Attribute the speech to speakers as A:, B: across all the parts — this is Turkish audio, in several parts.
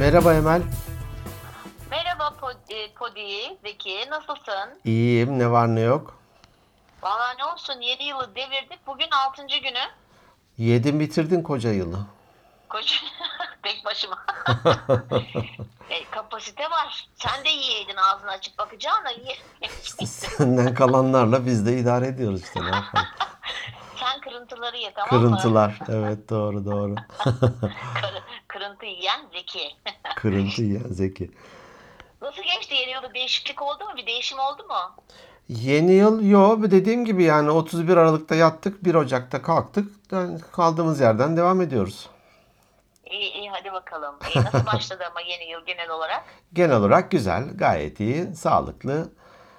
A: Merhaba Emel.
B: Merhaba Podi, Zeki, nasılsın?
A: İyiyim. Ne var ne yok.
B: Valla ne olsun yeni yılı devirdik. Bugün 6. günü.
A: Yedin bitirdin koca yılı.
B: Koca tek başıma. Kapasite var. Sen de yiyeydin ağzını açıp bakacağına ye.
A: İşte senden kalanlarla biz de idare ediyoruz işte ne yapalım.
B: Sen kırıntıları ye, tamam mı?
A: Kırıntılar. Evet, doğru doğru.
B: Kırıntı yiyen Zeki.
A: Kırıntı ya Zeki.
B: Nasıl geçti yeni yılda, değişiklik oldu mu? Bir değişim oldu mu?
A: Yeni yıl dediğim gibi yani 31 Aralık'ta yattık, 1 Ocak'ta kalktık. Yani kaldığımız yerden devam ediyoruz.
B: İyi iyi, hadi bakalım. Nasıl başladı ama yeni yıl genel olarak?
A: Genel olarak güzel, gayet iyi, sağlıklı,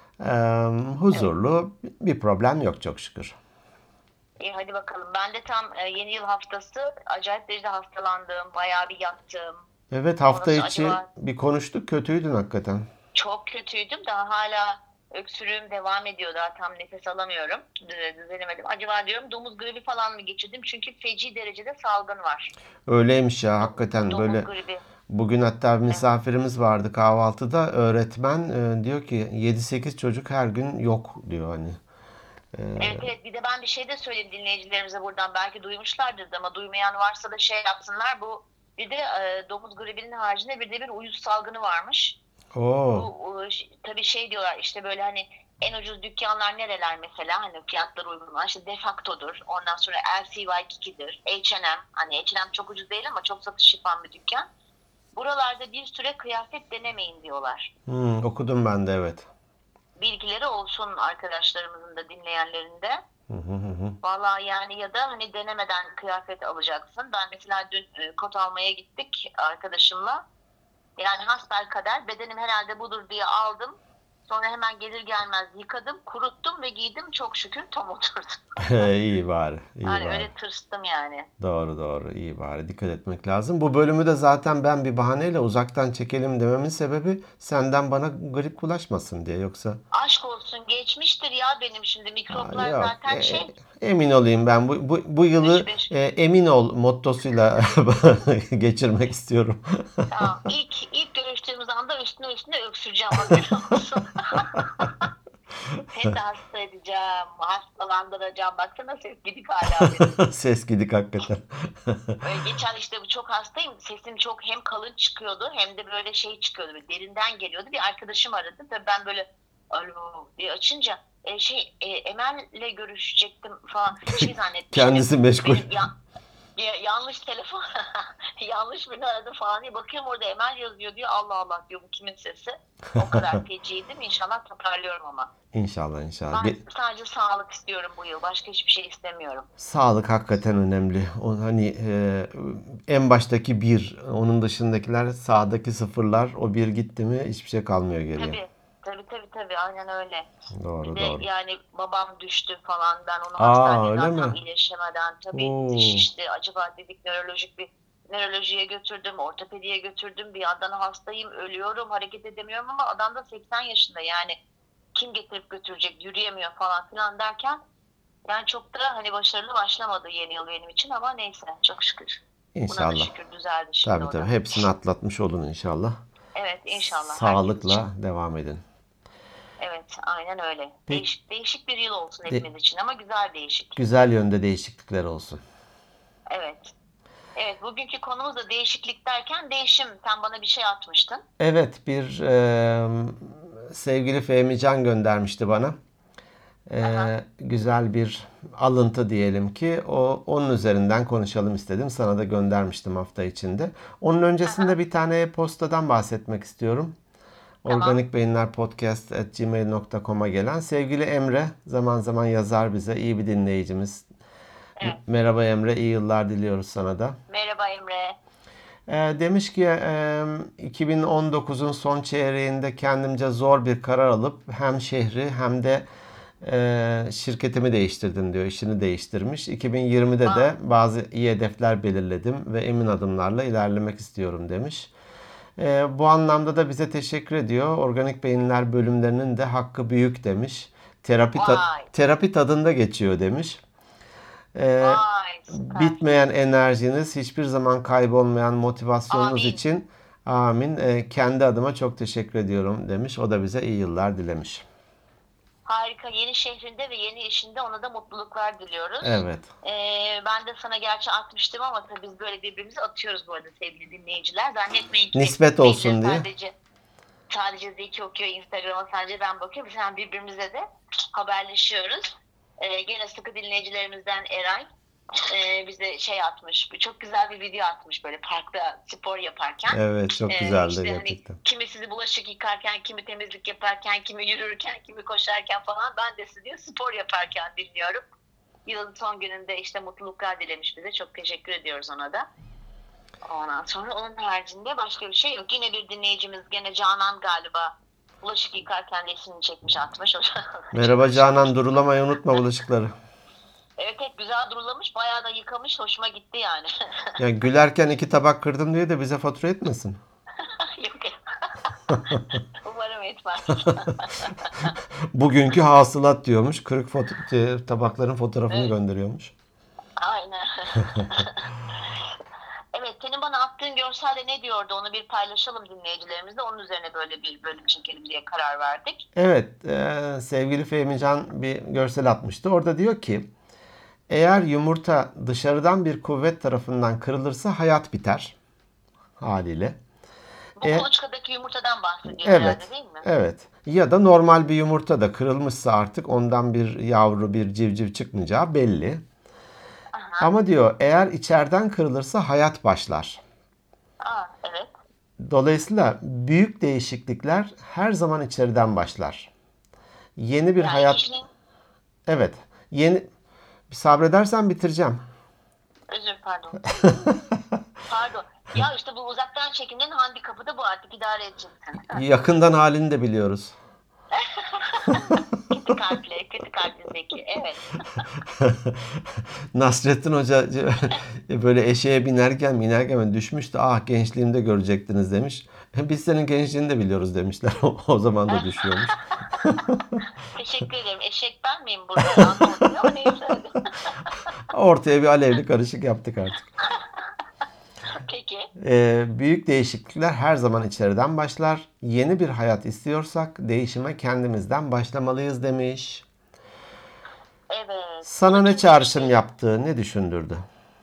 B: Evet.
A: huzurlu, bir problem yok çok şükür.
B: İyi, hadi bakalım. Ben de tam yeni yıl haftası acayip derecede hastalandım. Bayağı bir yattım.
A: Evet,
B: Ondan
A: hafta
B: sonra
A: içi
B: acaba
A: bir konuştuk, kötüydün hakikaten.
B: çok kötüydüm. Daha hala öksürüğüm devam ediyor. Daha tam nefes alamıyorum. Düzelemedim. Acaba diyorum domuz gribi falan mı geçirdim? Çünkü feci derecede salgın var.
A: Öyleymiş ya, hakikaten
B: Domuz
A: böyle.
B: gribi.
A: Bugün hatta bir
B: Evet.
A: misafirimiz vardı kahvaltıda. Öğretmen diyor ki 7-8 çocuk her gün yok diyor hani. E,
B: Evet evet, bir de ben bir şey de söyleyeyim dinleyicilerimize buradan, belki duymuşlardır da ama duymayan varsa da şey yapsınlar. Bu bir de domuz gribinin haricinde bir de bir uyuz salgını varmış.
A: Oo.
B: Bu tabii şey diyorlar işte, böyle hani en ucuz dükkanlar nereler mesela, hani fiyatları uygun olan işte Defacto'dur, ondan sonra LCY2'dir, H&M, hani H&M çok ucuz değil ama çok satış yapan bir dükkan. Buralarda bir süre kıyafet denemeyin diyorlar.
A: Okudum ben de, evet.
B: Bilgileri olsun arkadaşlarımızın da, dinleyenlerin de.
A: Hı hı hı. Hı.
B: Vallahi yani, ya da hani denemeden kıyafet alacaksın. Ben mesela dün kot almaya gittik arkadaşımla. Yani hasbelkader bedenim herhalde budur diye aldım. Sonra hemen gelir gelmez yıkadım, kuruttum ve giydim. Çok şükür tam oturdu.
A: İyi bari, iyi
B: Yani
A: bari.
B: öyle tırstım yani.
A: Doğru doğru, iyi bari. Dikkat etmek lazım. Bu bölümü de zaten ben bir bahaneyle uzaktan çekelim dememin sebebi senden bana grip bulaşmasın diye. Yoksa
B: Aşk olsun, geçmiştir ya benim şimdi. Mikroplar
A: yok.
B: zaten şey,
A: Emin olayım, ben bu yılı
B: 3-5.
A: emin ol mottosuyla geçirmek istiyorum.
B: Tamam. İlk görüştüğümüz anda üstüne öksüreceğim, haberin olsun. Seni de hasta edeceğim, hastalandıracağım. Baksana, ses gidik hala benim.
A: Ses gidik hakikaten.
B: Geçen işte bu, çok hastayım. Sesim çok hem kalın çıkıyordu hem de böyle şey çıkıyordu. Böyle derinden geliyordu. Bir arkadaşım aradı. Tabii ben böyle alo diye açınca Emel'le görüşecektim falan. Şey zannetmiştim.
A: Kendisi meşgul.
B: Benim yanlış telefon yanlış birini aradım falan diye bakıyorum, orada Emel yazıyor diyor. Allah Allah diyor, bu kimin sesi? O kadar feciydim. İnşallah toparlıyorum ama.
A: İnşallah inşallah.
B: Ben sadece sağlık istiyorum bu yıl. Başka hiçbir şey istemiyorum.
A: Sağlık hakikaten önemli. O hani en baştaki bir, onun dışındakiler sağdaki sıfırlar. O bir gitti mi hiçbir şey kalmıyor geriye.
B: Tabii. Tabii, aynen öyle. Bir
A: Doğru
B: de
A: doğru.
B: yani babam düştü falan. Ben onu
A: Aa,
B: hastaneye
A: öyle
B: daha
A: mi?
B: tam iyileşemeden, tabii diş
A: Oo.
B: işte, acaba dedik nörolojiye götürdüm, ortopediye götürdüm. Bir yandan hastayım, ölüyorum, hareket edemiyorum ama adam da 80 yaşında yani, kim getirip götürecek, yürüyemiyor falan filan derken, yani çok da hani başarılı başlamadı yeni yıl benim için ama neyse, çok şükür. Buna da
A: İnşallah.
B: şükür, düzeldi şimdi
A: Tabii
B: o
A: tabii.
B: da.
A: Hepsini atlatmış olun inşallah.
B: Evet, inşallah herkes için.
A: Sağlıkla devam edin.
B: Evet, aynen öyle.
A: Peki,
B: Değişik bir yıl olsun
A: de,
B: hepimiz için ama güzel değişik.
A: güzel yönde değişiklikler olsun.
B: Evet. Evet, bugünkü konumuz da değişiklik derken değişim. Sen bana bir şey atmıştın.
A: Evet, bir sevgili Fehmi Can göndermişti bana.
B: Aha,
A: Güzel bir alıntı diyelim ki onun üzerinden konuşalım istedim. Sana da göndermiştim hafta içinde. Onun öncesinde
B: aha,
A: bir tane postadan bahsetmek istiyorum.
B: tamam.
A: organikbeyinlerpodcast@gmail.com'a gelen sevgili Emre zaman zaman yazar bize. İyi bir dinleyicimiz.
B: Evet.
A: Merhaba Emre, iyi yıllar diliyoruz sana da.
B: Merhaba Emre.
A: Demiş ki 2019'un son çeyreğinde kendimce zor bir karar alıp hem şehri hem de şirketimi değiştirdim diyor. İşini değiştirmiş. 2020'de de
B: Vay.
A: bazı iyi hedefler belirledim ve emin adımlarla ilerlemek istiyorum demiş. Bu anlamda da bize teşekkür ediyor. Organik Beyinler bölümlerinin de hakkı büyük demiş.
B: Vay.
A: Terapi tadında geçiyor demiş.
B: Vay, süper.
A: Bitmeyen enerjiniz, hiçbir zaman kaybolmayan motivasyonunuz
B: Amin.
A: için Amin. Kendi adıma çok teşekkür ediyorum demiş. O da bize iyi yıllar dilemiş.
B: Harika. Yeni şehrinde ve yeni işinde ona da mutluluklar diliyoruz.
A: Evet.
B: Ben de sana gerçi atmıştım ama tabii biz böyle birbirimize atıyoruz bu arada sevgili dinleyiciler. Zannetmeyin ki
A: Nispet olsun diye.
B: Sadece Zeki okuyor Instagram'a, sadece ben bakıyorum. Biz hemen birbirimize de haberleşiyoruz. Gene sıkı dinleyicilerimizden Eray bize şey atmış. Çok güzel bir video atmış böyle parkta spor yaparken.
A: Evet, çok güzeldi
B: işte
A: gerçekten.
B: Hani, kimi sizi bulaşık yıkarken, kimi temizlik yaparken, kimi yürürken, kimi koşarken falan. Ben de sizi diyor spor yaparken dinliyorum. Yılın son gününde işte mutluluklar dilemiş bize. Çok teşekkür ediyoruz ona da. Ondan sonra onun haricinde başka bir şey yok. Yine bir dinleyicimiz, gene Canan galiba, bulaşık yıkarken resmini çekmiş atmış.
A: Merhaba Canan, durulamayı unutma bulaşıkları.
B: Evet, güzel durulamış, bayağı da yıkamış, hoşuma gitti yani.
A: Ya gülerken 2 tabak kırdım diye de bize fatura etmesin.
B: Yok. Umarım etmez.
A: Bugünkü hasılat diyormuş. Kırık tabakların fotoğrafını gönderiyormuş.
B: Aynen. Evet, senin bana attığın görselde ne diyordu, onu bir paylaşalım dinleyicilerimizle. Onun üzerine böyle bir bölüm çekelim diye karar verdik.
A: Evet, sevgili Fehmican bir görsel atmıştı. Orada diyor ki, eğer yumurta dışarıdan bir kuvvet tarafından kırılırsa hayat biter haliyle.
B: Bu kuluçkadaki yumurtadan bahsediyor
A: Evet,
B: herhalde, değil mi?
A: evet. Ya da normal bir yumurta da kırılmışsa artık ondan bir yavru, bir civciv çıkmayacağı belli.
B: Aha.
A: Ama diyor eğer içeriden kırılırsa hayat başlar.
B: Evet.
A: Dolayısıyla büyük değişiklikler her zaman içeriden başlar. Yeni bir hayat... Evet. Bir sabredersen bitireceğim.
B: Pardon. Pardon. Ya işte bu uzaktan çekimlerin handikapı da bu, artık idare edeceksin.
A: Yakından halini de biliyoruz.
B: Kötü kalpli Zeki. Evet.
A: Nasrettin Hoca böyle eşeğe binerken düşmüş de gençliğimde görecektiniz demiş. Biz senin gençliğini de biliyoruz demişler. O zaman da düşüyormuş.
B: Teşekkür ederim. Eşek ben miyim burada? Anlamadım ama neyse.
A: Ortaya bir alevli karışık yaptık artık.
B: Peki.
A: Büyük değişiklikler her zaman içeriden başlar. Yeni bir hayat istiyorsak değişime kendimizden başlamalıyız demiş.
B: Evet.
A: Sana ne çağrışım yaptı, ne düşündürdü?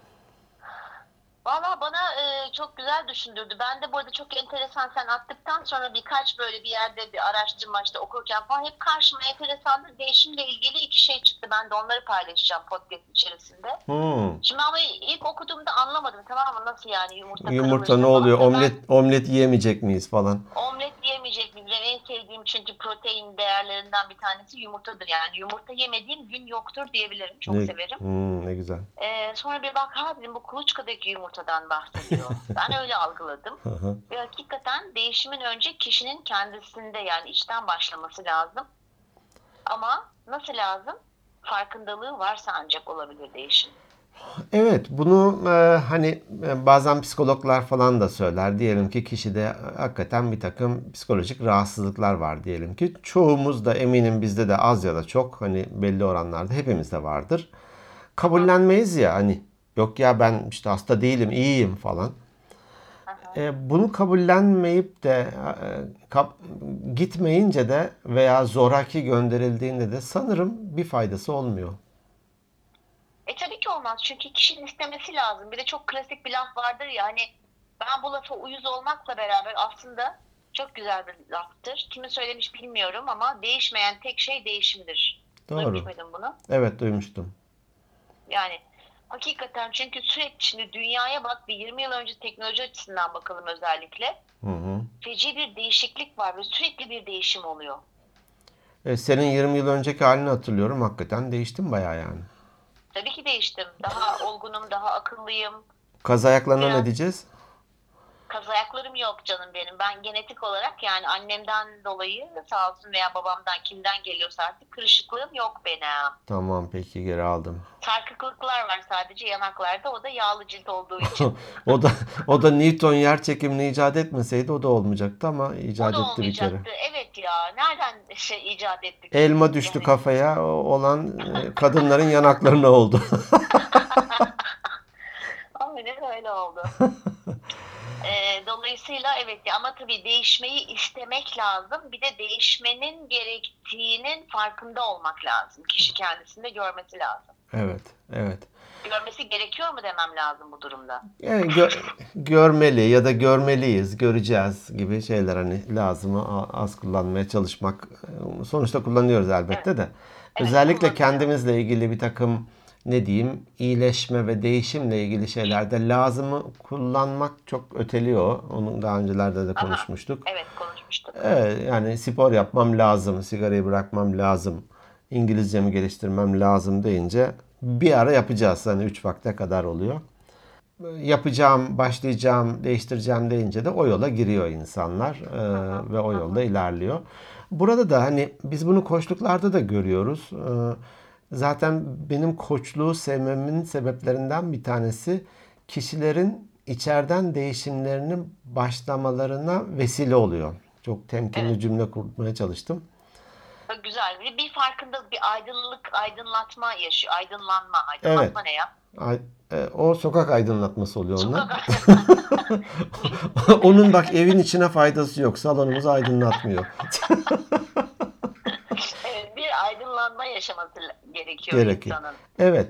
B: Valla bana çok güzel düşündürdü. Ben de bu arada çok enteresan, sen attıktan sonra birkaç böyle bir yerde bir araştırma işte okurken falan hep karşıma enteresan bir değişimle ilgili 2 şey çıktı. Ben de onları paylaşacağım podcast içerisinde. Şimdi ama ilk okuduğumda anlamadım, tamam mı? Nasıl yani
A: yumurta ne oluyor? Omlet yiyemeyecek miyiz falan?
B: Omlet yiyemeyecek miyiz? En sevdiğim çünkü protein değerlerinden bir tanesi yumurtadır. Yani yumurta yemediğim gün yoktur diyebilirim. Çok severim.
A: Ne güzel.
B: Sonra bir bak dedim, bu kuluçkadaki yumurtadan bahsediyor. Ben öyle algıladım. Ve hakikaten değişimin önce kişinin kendisinde, yani içten başlaması lazım. Ama nasıl lazım? Farkındalığı varsa ancak olabilir değişim.
A: Evet, bunu bazen psikologlar falan da söyler. Diyelim ki kişide hakikaten bir takım psikolojik rahatsızlıklar var diyelim ki. Çoğumuz da, eminim bizde de az ya da çok, belli oranlarda hepimizde vardır. Kabullenmeyiz ya, yok ya ben işte hasta değilim, iyiyim falan. Bunu kabullenmeyip de gitmeyince de veya zoraki gönderildiğinde de sanırım bir faydası olmuyor.
B: Tabii ki olmaz. Çünkü kişinin istemesi lazım. Bir de çok klasik bir laf vardır ya, hani ben bu lafa uyuz olmakla beraber, aslında çok güzel bir laftır. Kimi söylemiş bilmiyorum ama değişmeyen tek şey değişimdir.
A: Doğru.
B: Duymuş muydun bunu?
A: Evet, duymuştum.
B: Yani hakikaten, çünkü sürekli şimdi dünyaya bak, bir 20 yıl önce teknoloji açısından bakalım özellikle. Feci bir değişiklik var ve sürekli bir değişim oluyor.
A: Senin 20 yıl önceki halini hatırlıyorum. Hakikaten değiştim bayağı yani.
B: Tabii ki değiştim. Daha olgunum, daha akıllıyım.
A: Kaz ayaklarına ne diyeceğiz?
B: Kaz ayaklarım yok canım benim. Ben genetik olarak, yani annemden dolayı sağ olsun veya babamdan, kimden geliyorsa artık, kırışıklığım yok benim.
A: Tamam, peki, geri aldım.
B: Sarkıklıklar var sadece yanaklarda, o da yağlı cilt olduğu için.
A: o da Newton yerçekimini icat etmeseydi o da olmayacaktı ama icat etti bir kere.
B: Evet ya, nereden icat ettik?
A: Elma düştü kafaya olan kadınların yanaklarına oldu.
B: Aynen öyle oldu. Dolayısıyla evet ama tabii değişmeyi istemek lazım. Bir de değişmenin gerektiğinin farkında olmak lazım. Kişi kendisinde görmesi lazım.
A: Evet, evet.
B: Görmesi gerekiyor mu demem lazım bu durumda.
A: Yani görmeli ya da görmeliyiz, göreceğiz gibi şeyler hani lazımı az kullanmaya çalışmak. Sonuçta kullanıyoruz
B: Evet,
A: elbette de.
B: evet
A: Özellikle
B: kullanılıyor.
A: kendimizle ilgili bir takım ne diyeyim iyileşme ve değişimle ilgili şeylerde lazımı kullanmak çok öteliyor. Onu daha öncelerde de
B: Aha,
A: konuşmuştuk.
B: evet konuşmuştuk.
A: Evet, yani spor yapmam lazım, sigarayı bırakmam lazım, İngilizcemi geliştirmem lazım deyince bir ara yapacağız. Hani 3 vakte kadar oluyor. Yapacağım, başlayacağım, değiştireceğim deyince de o yola giriyor insanlar
B: Hı hı,
A: ve o
B: hı
A: yolda
B: hı.
A: ilerliyor. Burada da hani biz bunu koçluklarda da görüyoruz. Zaten benim koçluğu sevmemin sebeplerinden bir tanesi kişilerin içeriden değişimlerinin başlamalarına vesile oluyor. Çok
B: Evet.
A: temkinli cümle kurmaya çalıştım.
B: Çok güzel. Bir farkındalık, bir aydınlık, aydınlatma yaşıyor. Aydınlanma.
A: Evet,
B: Aydınlatma ne ya?
A: o sokak aydınlatması oluyor onunla.
B: Sokak aydınlatma.
A: Onun bak evin içine faydası yok. Salonumuzu aydınlatmıyor.
B: Evet, bir aydınlanma yaşaması gerekiyor
A: Gerekiyor.
B: insanın.
A: Evet,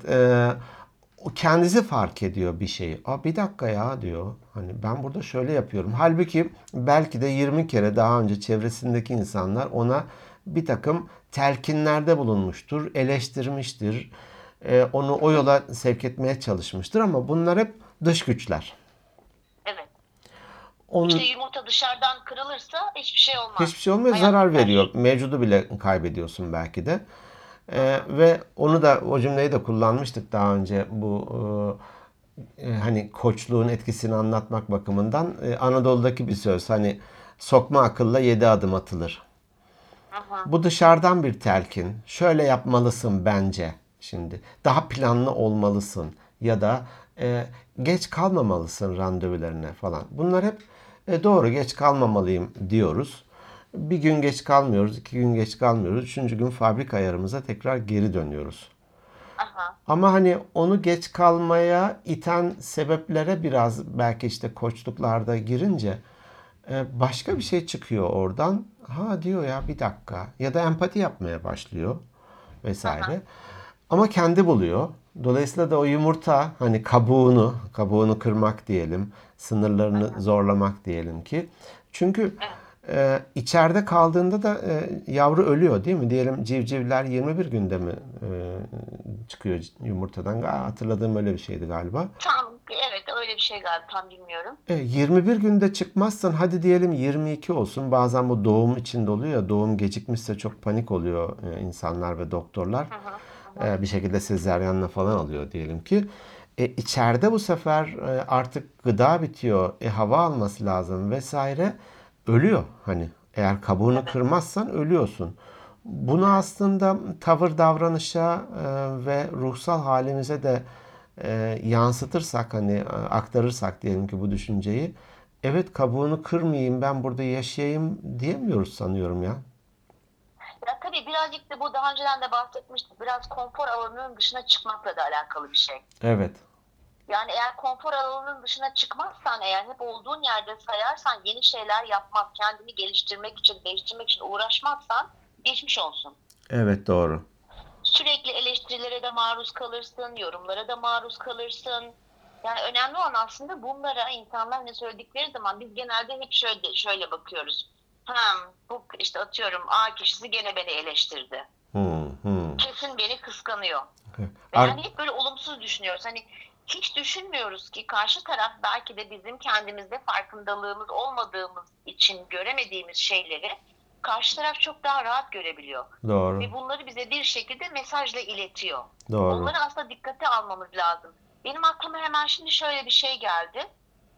A: o kendisi fark ediyor bir şeyi. Aa, bir dakika ya diyor. Hani ben burada şöyle yapıyorum. Halbuki belki de 20 kere daha önce çevresindeki insanlar ona bir takım telkinlerde bulunmuştur, eleştirmiştir. Onu o yola sevk etmeye çalışmıştır ama bunlar hep dış güçler.
B: Evet. İşte
A: Onun
B: yumurta dışarıdan kırılırsa hiçbir şey olmaz.
A: hiçbir şey olmuyor,
B: Hayat
A: zarar veriyor.
B: biter.
A: Mevcudu bile kaybediyorsun belki de.
B: Hı hı.
A: Ve onu da o cümleyi de kullanmıştık daha önce bu hani koçluğun etkisini anlatmak bakımından Anadolu'daki bir söz hani sokma akılla 7 adım atılır.
B: Hı hı.
A: Bu dışarıdan bir telkin. Şöyle yapmalısın bence şimdi. Daha planlı olmalısın ya da geç kalmamalısın randevularına falan. Bunlar hep doğru geç kalmamalıyım diyoruz. Bir gün geç kalmıyoruz, 2 gün geç kalmıyoruz. Üçüncü gün fabrika ayarımıza tekrar geri dönüyoruz.
B: Aha.
A: Ama hani onu geç kalmaya iten sebeplere biraz belki işte koçluklarda girince başka bir şey çıkıyor oradan. Ha diyor ya bir dakika ya da empati yapmaya başlıyor
B: Aha.
A: vesaire. Ama kendi buluyor. Dolayısıyla da o yumurta hani kabuğunu kırmak diyelim, sınırlarını
B: Aha.
A: zorlamak diyelim ki. Çünkü
B: Evet.
A: içeride kaldığında da yavru ölüyor değil mi? Diyelim civcivler 21 günde mi çıkıyor yumurtadan? Hatırladığım öyle bir şeydi galiba.
B: Evet öyle bir şey galiba tam bilmiyorum.
A: 21 günde çıkmazsan hadi diyelim 22 olsun. Bazen bu doğum içinde oluyor ya doğum gecikmişse çok panik oluyor insanlar ve doktorlar.
B: Hı hı. Hı hı.
A: Bir şekilde sezaryenle falan alıyor diyelim ki. İçeride bu sefer artık gıda bitiyor. Hava alması lazım vesaire. Ölüyor hani. Eğer kabuğunu
B: Evet.
A: kırmazsan ölüyorsun. Bunu
B: Evet.
A: aslında tavır davranışa ve ruhsal halimize de yansıtırsak hani aktarırsak diyelim ki bu düşünceyi. Evet kabuğunu kırmayayım ben burada yaşayayım diyemiyoruz sanıyorum ya.
B: Ya tabii birazcık da bu daha önceden de bahsetmiştik. Biraz konfor alanının dışına çıkmakla da alakalı bir şey.
A: Evet.
B: Yani eğer konfor alanının dışına çıkmazsan, eğer hep olduğun yerde sayarsan, yeni şeyler yapmaz, kendini geliştirmek için, değiştirmek için uğraşmazsan geçmiş olsun.
A: Evet doğru.
B: Sürekli eleştirilere de maruz kalırsın, yorumlara da maruz kalırsın. Yani önemli olan aslında bunlara insanlar ne söyledikleri zaman biz genelde hep şöyle bakıyoruz. Bu işte atıyorum A kişisi gene beni eleştirdi.
A: Hmm, hmm.
B: Kesin beni kıskanıyor. Ve
A: Ar-
B: yani hep böyle olumsuz düşünüyoruz. Hani hiç düşünmüyoruz ki karşı taraf belki de bizim kendimizde farkındalığımız olmadığımız için göremediğimiz şeyleri karşı taraf çok daha rahat görebiliyor.
A: doğru.
B: Ve bunları bize bir şekilde mesajla iletiyor.
A: Doğru.
B: Onları aslında dikkate almamız lazım. Benim aklıma hemen şimdi şöyle bir şey geldi.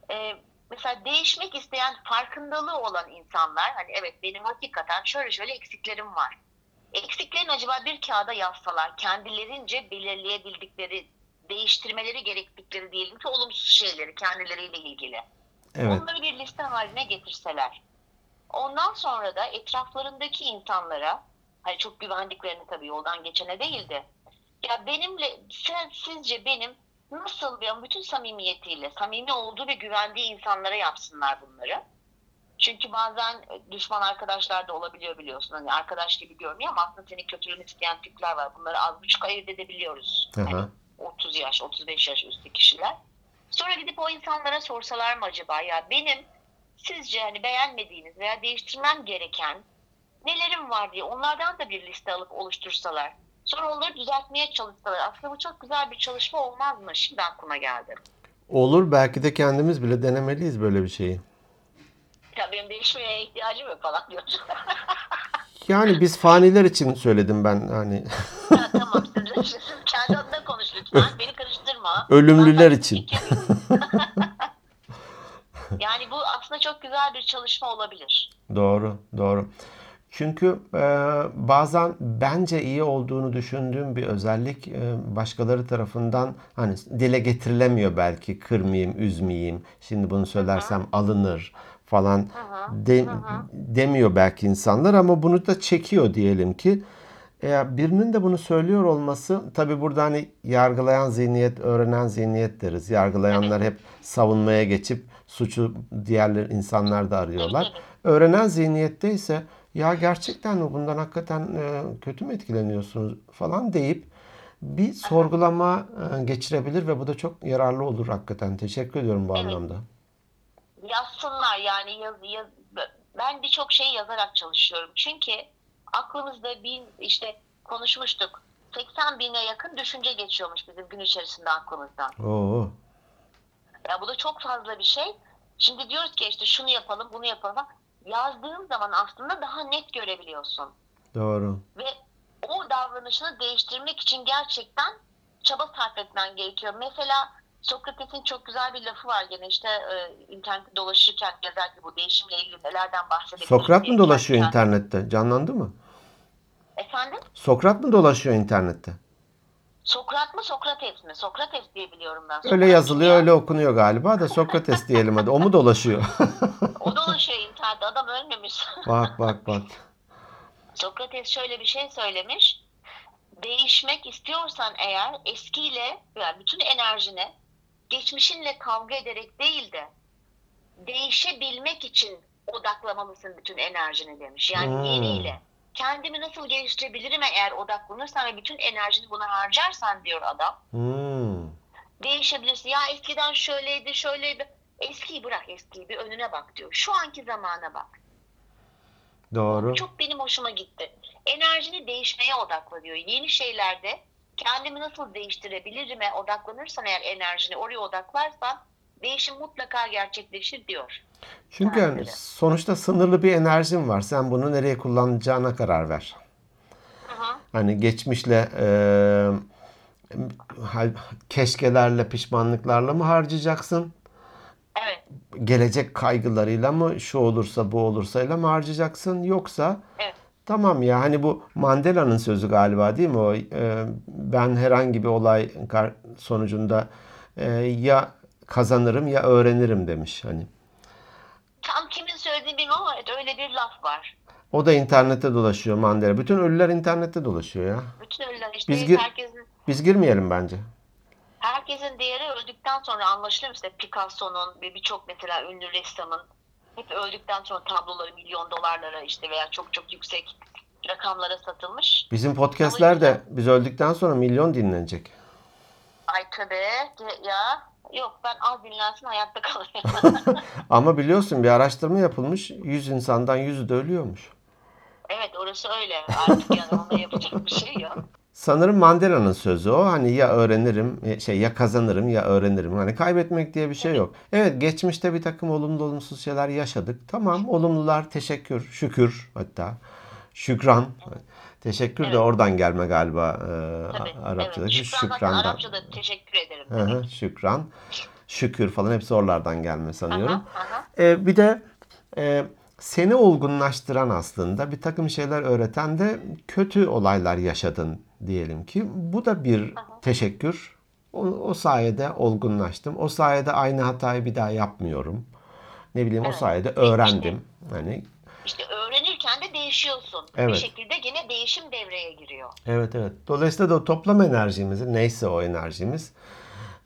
B: Mesela değişmek isteyen, farkındalığı olan insanlar, hani evet benim hakikaten şöyle eksiklerim var. Eksiklerini acaba bir kağıda yazsalar, kendilerince belirleyebildikleri, değiştirmeleri gerektikleri diyelim ki olumsuz şeyleri kendileriyle ilgili.
A: Evet.
B: Onları bir liste haline getirseler. Ondan sonra da etraflarındaki insanlara, hani çok güvendiklerini tabii yoldan geçene değil de, ya sizce benim nasıl diyorum, bütün samimiyetiyle, samimi olduğu ve güvendiği insanlara yapsınlar bunları. Çünkü bazen düşman arkadaşlar da olabiliyor, biliyorsun. Hani arkadaş gibi görünüyor ama aslında senin kötülüğünü isteyen tipler var. Bunları az buçuk ayırt edebiliyoruz. Hani
A: Aha.
B: 30 yaş, 35 yaş üstü kişiler. Sonra gidip o insanlara sorsalar mı acaba, ya benim sizce hani beğenmediğiniz veya değiştirmem gereken nelerim var diye onlardan da bir liste alıp oluştursalar. Sonra onları düzeltmeye çalışsalar. Aslında bu çok güzel bir çalışma olmaz mı? Şimdi aklıma geldi.
A: Olur, belki de kendimiz bile denemeliyiz böyle bir şeyi.
B: Ya benim değişmeye ihtiyacım yok falan diyorsun.
A: Yani biz faniler için söyledim ben, hani
B: Ha, tamam, siz kendi adına konuş lütfen. Beni karıştırma. Ben
A: ölümlüler
B: sadece
A: için.
B: fikir veriyorum. Yani bu aslında çok güzel bir çalışma olabilir.
A: Doğru, doğru. Çünkü bazen bence iyi olduğunu düşündüğüm bir özellik başkaları tarafından hani dile getirilemiyor belki. Kırmayayım, üzmeyeyim. Şimdi bunu
B: Hı hı,
A: söylersem alınır falan
B: hı hı, hı
A: de-
B: hı.
A: demiyor belki insanlar, ama bunu da çekiyor diyelim ki. Birinin de bunu söylüyor olması, tabii burada hani yargılayan zihniyet, öğrenen zihniyet deriz.
B: Evet,
A: Yargılayanlar hep savunmaya geçip suçu diğer insanlar da
B: tabii
A: arıyorlar.
B: tabii.
A: Öğrenen zihniyette ise ya gerçekten mi, bundan hakikaten kötü mü etkileniyorsunuz falan deyip bir
B: Hı hı.
A: sorgulama geçirebilir ve bu da çok yararlı olur hakikaten. Teşekkür ediyorum bu
B: Evet,
A: anlamda.
B: yazsınlar yani ben birçok şeyi yazarak çalışıyorum. Çünkü aklımızda işte konuşmuştuk. 80 bine yakın düşünce geçiyormuş bizim gün içerisinde aklımızdan.
A: Oo,
B: Ya bu da çok fazla bir şey. Şimdi diyoruz ki işte şunu yapalım, bunu yapalım. Yazdığın zaman aslında daha net görebiliyorsun.
A: doğru.
B: Ve o davranışını değiştirmek için gerçekten çaba sarf etmen gerekiyor. Mesela Sokrates'in çok güzel bir lafı var, gene işte internette dolaşırken yazar ki bu değişimle ilgili nelerden bahsedebiliriz
A: Sokrat mı
B: diye kendi
A: dolaşıyor
B: kendine.
A: internette? Canlandı mı?
B: Efendim?
A: Sokrat mı dolaşıyor internette?
B: Sokrat mı Sokrates mi? Sokrates diye biliyorum ben.
A: Öyle
B: Sokrat kim
A: yazılıyor,
B: ya?
A: öyle okunuyor galiba da Sokrates diyelim hadi. O mu dolaşıyor?
B: O dolaşıyor internette, adam ölmemiş.
A: Bak bak bak.
B: Sokrates şöyle bir şey söylemiş. Değişmek istiyorsan eğer eskiyle, yani bütün enerjini geçmişinle kavga ederek değil de değişebilmek için odaklamalısın bütün enerjini demiş. Yani
A: Hmm,
B: yeniyle. Kendimi nasıl geliştirebilirim eğer odaklanırsan ve bütün enerjini buna harcarsan diyor adam.
A: hmm.
B: Değişebilirsin. Ya eskiden şöyleydi, şöyleydi. Eskiyi bırak, eskiyi bir önüne bak diyor. Şu anki zamana bak. Bu
A: Doğru.
B: çok benim hoşuma gitti. Enerjini değişmeye odakla diyor. Yeni şeylerde kendimi nasıl değiştirebilirime odaklanırsan eğer, enerjini oraya odaklarsan değişim mutlaka gerçekleşir diyor
A: Çünkü yani
B: kendileri.
A: sonuçta sınırlı bir enerjin var. Sen bunu nereye kullanacağına karar ver.
B: Hı hı.
A: Hani geçmişle keşkelerle, pişmanlıklarla mı harcayacaksın?
B: Evet,
A: Gelecek kaygılarıyla mı, şu olursa bu olursayla mı harcayacaksın? Yoksa
B: evet,
A: tamam ya, hani bu Mandela'nın sözü galiba değil mi o? Ben herhangi bir olay sonucunda ya kazanırım ya öğrenirim demiş hani.
B: tam kimin söylediğini bilmiyorum ama evet, öyle bir laf var.
A: O da internette dolaşıyor, Mandela. Bütün ölüler internette dolaşıyor ya.
B: Bütün ölüler
A: Biz
B: işte,
A: gir
B: herkesin
A: biz girmeyelim bence.
B: değeri öldükten sonra anlaşılıyor. İşte Picasso'nun ve birçok mesela ünlü ressamın hep öldükten sonra tabloları milyon dolarlara işte veya çok çok yüksek rakamlara satılmış.
A: Bizim podcastler
B: Dolayısıyla
A: de biz öldükten sonra milyon dinlenecek.
B: ay tabii ya, yok, ben az dinlensin hayatta kalayım.
A: Ama biliyorsun, bir araştırma yapılmış. 100 insandan 100'ü de ölüyormuş.
B: Evet, orası öyle artık, yani ona yapacak bir şey yok.
A: Sanırım Mandela'nın sözü o. Hani ya öğrenirim, ya kazanırım ya öğrenirim. Hani kaybetmek diye bir şey
B: Evet,
A: yok. Evet, geçmişte bir takım olumlu olumsuz şeyler yaşadık. Tamam, olumlular teşekkür, şükür hatta. Şükran.
B: evet,
A: Teşekkür de
B: evet,
A: oradan gelme galiba,
B: tabii, evet.
A: Arapçadaki
B: Şükran zaten
A: şükrandan.
B: Arapçada teşekkür ederim
A: Hı hı,
B: demek.
A: şükran, şükür falan hepsi oralardan gelme sanıyorum.
B: Aha, aha,
A: Bir de e, seni olgunlaştıran, aslında bir takım şeyler öğreten de kötü olaylar yaşadın diyelim ki. Bu da bir
B: aha.
A: teşekkür. O sayede olgunlaştım. O sayede aynı hatayı bir daha yapmıyorum. Ne bileyim, o
B: Evet.
A: sayede
B: Ve işte
A: öğrendim. Hani
B: öğrenirken de değişiyorsun. Bir
A: evet.
B: şekilde gene değişim devreye giriyor.
A: Evet evet. Dolayısıyla da o toplam enerjimizi, neyse o enerjimiz,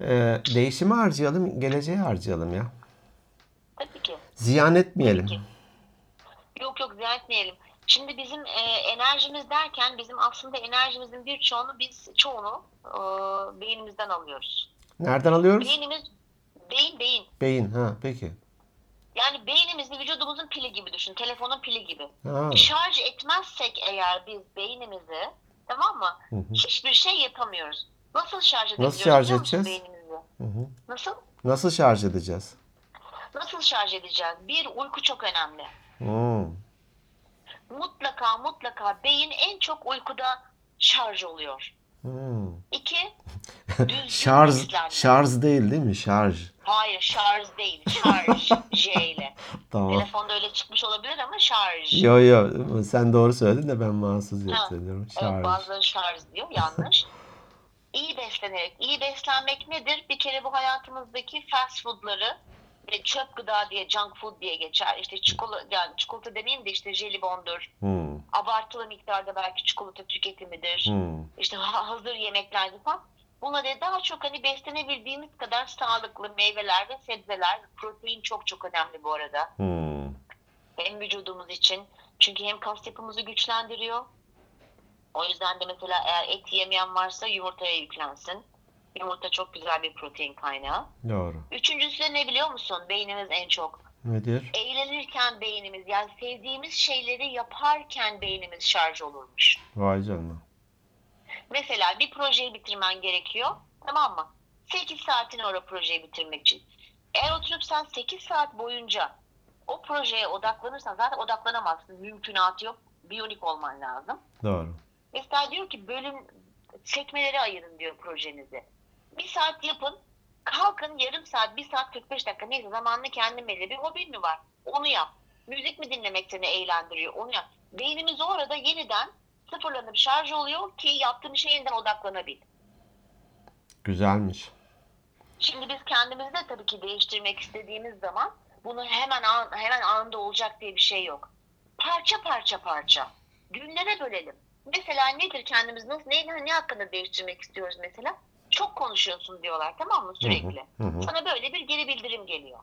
A: Değişimi harcayalım, geleceğe harcayalım ya.
B: Tabii ki.
A: Ziyan etmeyelim.
B: Tabii ki. Yok yok, ziyan etmeyelim. Şimdi bizim enerjimiz derken bizim aslında enerjimizin çoğunu beynimizden alıyoruz.
A: Nereden alıyoruz?
B: Beyin.
A: Beyin. Ha, peki.
B: Yani beynimizi vücudumuzun pili gibi düşün. Telefonun pili gibi.
A: Ha.
B: Şarj etmezsek eğer biz beynimizi, tamam mı? Hiçbir şey yapamıyoruz. Nasıl şarj edebiliyoruz
A: Nasıl şarj
B: biliyor musun
A: edeceğiz?
B: beynimizi? Nasıl?
A: Nasıl şarj edeceğiz?
B: Nasıl şarj edeceğiz? Bir, uyku çok önemli.
A: Hmm.
B: Mutlaka beyin en çok uykuda şarj oluyor. İki, düzgün beslenme.
A: Şarj değil mi? Şarj.
B: Hayır, şarj değil. Şarj. J ile.
A: Tamam.
B: Telefonda öyle çıkmış olabilir ama şarj.
A: Yo, sen doğru söyledin de ben mahsus hissediyorum.
B: Evet,
A: Şarj.
B: bazıları şarj diyor. Yanlış. İyi beslenerek. İyi beslenmek nedir? Bir kere bu hayatımızdaki fast foodları ve çöp gıda diye, junk food diye geçer. İşte çikolata demeyeyim de işte jelibondur. Abartılı miktarda belki çikolata tüketimidir. İşte hazır yemeklerde falan. Bunları daha çok hani beslenebildiğimiz kadar sağlıklı meyveler ve sebzeler. Protein çok önemli bu arada. Hem vücudumuz için. Çünkü hem kas yapımızı güçlendiriyor. O yüzden de mesela eğer et yemeyen varsa yumurtaya yüklensin. Yumurta çok güzel bir protein kaynağı.
A: Doğru.
B: Üçüncüsü de ne biliyor musun? Beynimiz en çok.
A: Nedir?
B: Eğlenirken beynimiz, yani sevdiğimiz şeyleri yaparken beynimiz şarj olurmuş.
A: Vay canına.
B: Mesela bir projeyi bitirmen gerekiyor. Tamam mı? 8 saatin var o projeyi bitirmek için. Eğer oturup sen 8 saat boyunca o projeye odaklanırsan zaten odaklanamazsın. Mümkünatı yok. Biyonik olman lazım.
A: Doğru.
B: Mesela diyor ki bölüm sekmeleri ayırın diyor projenizi. 1 saat yapın. Kalkın yarım saat, 1 saat 45 dakika neyse zamanını kendin belirle. Bir hobin mi var? Onu yap. Müzik mi dinlemek seni eğlendiriyor? Onu yap. Beynimiz orada yeniden sıfırlanıp şarj oluyor ki yaptığın şeye yeniden odaklanabil.
A: Güzelmiş.
B: Şimdi biz kendimizi de tabii ki değiştirmek istediğimiz zaman bunu hemen anında olacak diye bir şey yok. Parça. Günlere bölelim. Mesela nedir kendimiz ne hakkında değiştirmek istiyoruz mesela? Çok konuşuyorsun diyorlar, tamam mı, sürekli. Sana böyle bir geri bildirim geliyor.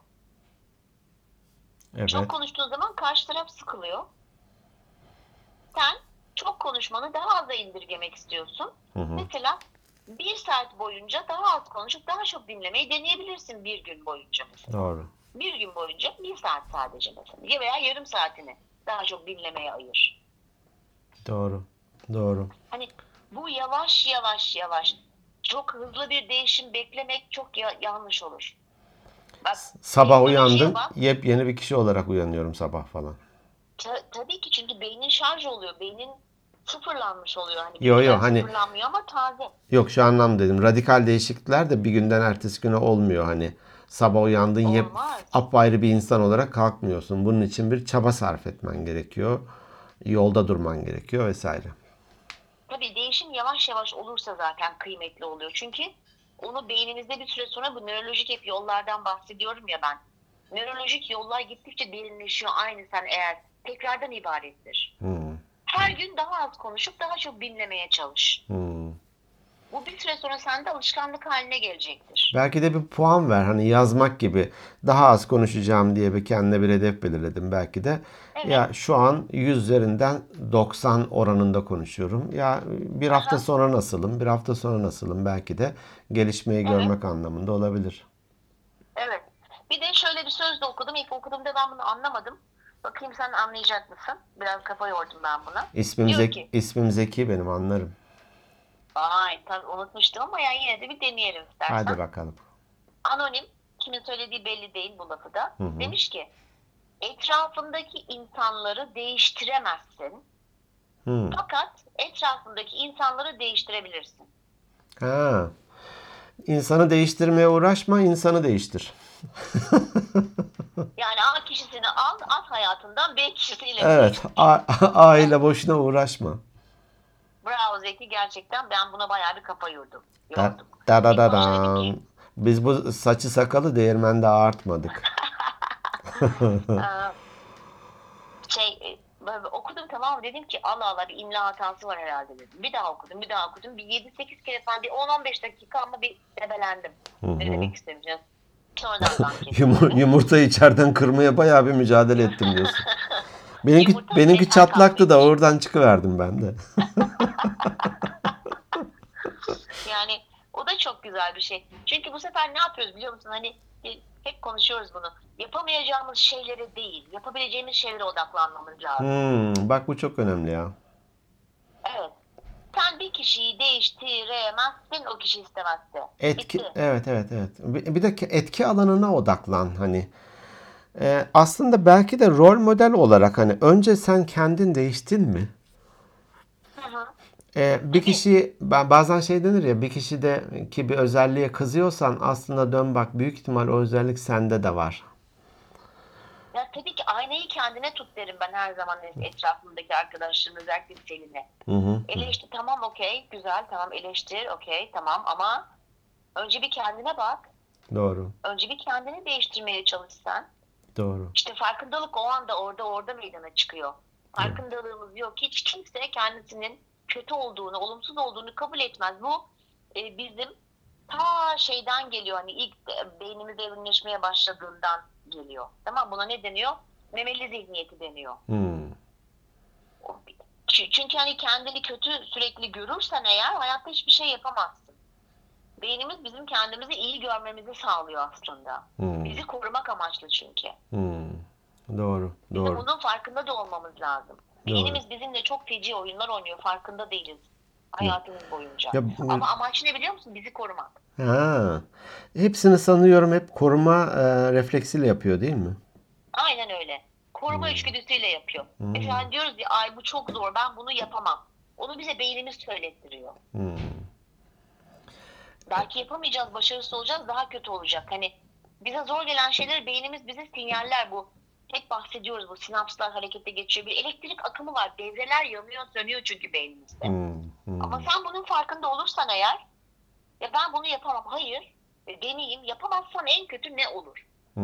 A: Evet.
B: Çok konuştuğun zaman karşı taraf sıkılıyor. Sen çok konuşmanı daha aza indirgemek istiyorsun. Mesela 1 saat boyunca daha az konuşup daha çok dinlemeyi deneyebilirsin bir gün boyunca mesela.
A: Doğru.
B: Bir gün boyunca 1 saat sadece mesela. Veya yarım saatini daha çok dinlemeye ayır.
A: Doğru.
B: Hani bu yavaş çok hızlı bir değişim beklemek çok yanlış olur. Bak,
A: sabah uyandım, yepyeni bir kişi olarak uyanıyorum sabah falan.
B: Tabii ki, çünkü beynin şarj oluyor. Beynin sıfırlanmış oluyor. Hani
A: Yo hani
B: sıfırlanmıyor ama taze.
A: Yok, şu anlamda dedim. Radikal değişiklikler de bir günden ertesi güne olmuyor hani. Sabah uyandın apayrı bir insan olarak kalkmıyorsun. Bunun için bir çaba sarf etmen gerekiyor. Yolda durman gerekiyor vesaire.
B: Tabii değişim yavaş olursa zaten kıymetli oluyor. Çünkü onu beynimizde bir süre sonra, bu nörolojik hep yollardan bahsediyorum ya ben. Nörolojik yollar gittikçe derinleşiyor. Aynı sen eğer tekrardan ibarettir. Her gün daha az konuşup daha çok dinlemeye çalış. Bu bir süre sonra sende alışkanlık haline gelecektir.
A: Belki de bir puan ver. Hani yazmak gibi. Daha az konuşacağım diye kendine bir hedef belirledim belki de. Evet. Ya şu an 100 üzerinden 90 oranında konuşuyorum. Ya bir hafta sonra nasılım? Bir hafta sonra nasılım? Belki de gelişmeyi görmek anlamında olabilir.
B: Evet. Bir de şöyle bir söz de okudum. İlk okuduğumda ben bunu anlamadım. Bakayım sen anlayacak mısın? Biraz kafa yordum ben buna.
A: İsmim Zeki benim, anlarım.
B: Ay tabii unutmuştum ama yani yine de bir deneyelim istersen.
A: Hadi bakalım.
B: Anonim, kimin söylediği belli değil bu lafı da. Demiş ki etrafındaki insanları değiştiremezsin. Fakat etrafındaki insanları değiştirebilirsin.
A: İnsanı değiştirmeye uğraşma, insanı değiştir.
B: Yani A kişisini al, at hayatından B kişisiyle.
A: Evet, A ile boşuna uğraşma.
B: Bravo Zeki, gerçekten ben buna bayağı bir kafa yordum.
A: Biz bu saçı sakalı değirmende ağartmadık.
B: Böyle okudum, tamam mı? Dedim ki Allah Allah, bir imla hatası var herhalde dedim. Bir daha okudum, bir daha okudum. Bir 7-8 kere falan, bir 10-15 dakika ama bir debelendim. Ne demek istemiyorum. Sonradan fark ettim tabii.
A: Yumurtayı içeriden kırmaya bayağı bir mücadele ettim diyorsun.
B: Yumurta
A: Benimki
B: metal
A: çatlaktı da
B: kaplıymış.
A: oradan çıkıverdim ben de.
B: Yani o da çok güzel bir şey. Çünkü bu sefer ne yapıyoruz biliyor musun? Hani hep konuşuyoruz bunu. Yapamayacağımız şeylere değil, yapabileceğimiz şeylere odaklanmamız lazım.
A: Bak bu çok önemli ya.
B: Evet. Sen bir kişiyi değiştiremezsin, o kişi istemezse. Bitti.
A: Evet. Bir de etki alanına odaklan hani. Aslında belki de rol model olarak hani önce sen kendin değiştin mi?
B: Hı hı.
A: Bir kişi bazen şey denir ya, bir kişideki bir özelliğe kızıyorsan aslında dön bak, büyük ihtimal o özellik sende de var.
B: Ya tabii ki aynayı kendine tut derim ben her zaman etrafımdaki arkadaşlarım, özellikle Selin'e.
A: Hı hı.
B: Eleştir, tamam, okey, güzel, tamam, eleştir, okey, tamam, ama önce bir kendine bak.
A: Doğru.
B: Önce bir kendini değiştirmeye çalışsan.
A: Doğru.
B: İşte farkındalık o anda orada meydana çıkıyor. Farkındalığımız yok. Hiç kimse kendisinin kötü olduğunu, olumsuz olduğunu kabul etmez. Bu bizim ta şeyden geliyor. Hani ilk beynimiz evrimleşmeye başladığından geliyor. Tamam, buna ne deniyor? Memeli zihniyeti deniyor. Çünkü hani kendini kötü sürekli görürsen eğer hayatta hiçbir şey yapamazsın. Beynimiz bizim kendimizi iyi görmemizi sağlıyor aslında. Bizi korumak amaçlı çünkü.
A: Doğru.
B: Bizim
A: Doğru.
B: bunun farkında da olmamız lazım. Beynimiz bizimle çok feci oyunlar oynuyor. Farkında değiliz hayatımız boyunca.
A: Ya,
B: Ama amaç ne biliyor musun? Bizi korumak.
A: ha. Hepsini sanıyorum hep koruma refleksiyle yapıyor değil mi?
B: Aynen öyle. Koruma içgüdüsüyle yapıyor. Mesela diyoruz ya, ay bu çok zor, ben bunu yapamam. Onu bize beynimiz söylettiriyor. Belki yapamayacağız, başarısız olacağız, daha kötü olacak. Hani bize zor gelen şeyleri beynimiz bize sinyaller, bu. Hep bahsediyoruz, bu sinapslar harekete geçiyor. Bir elektrik akımı var. Devreler yanıyor, sönüyor çünkü beynimizde. Ama sen bunun farkında olursan eğer, ya ben bunu yapamam. Hayır. Deneyeyim. Yapamazsam en kötü ne olur?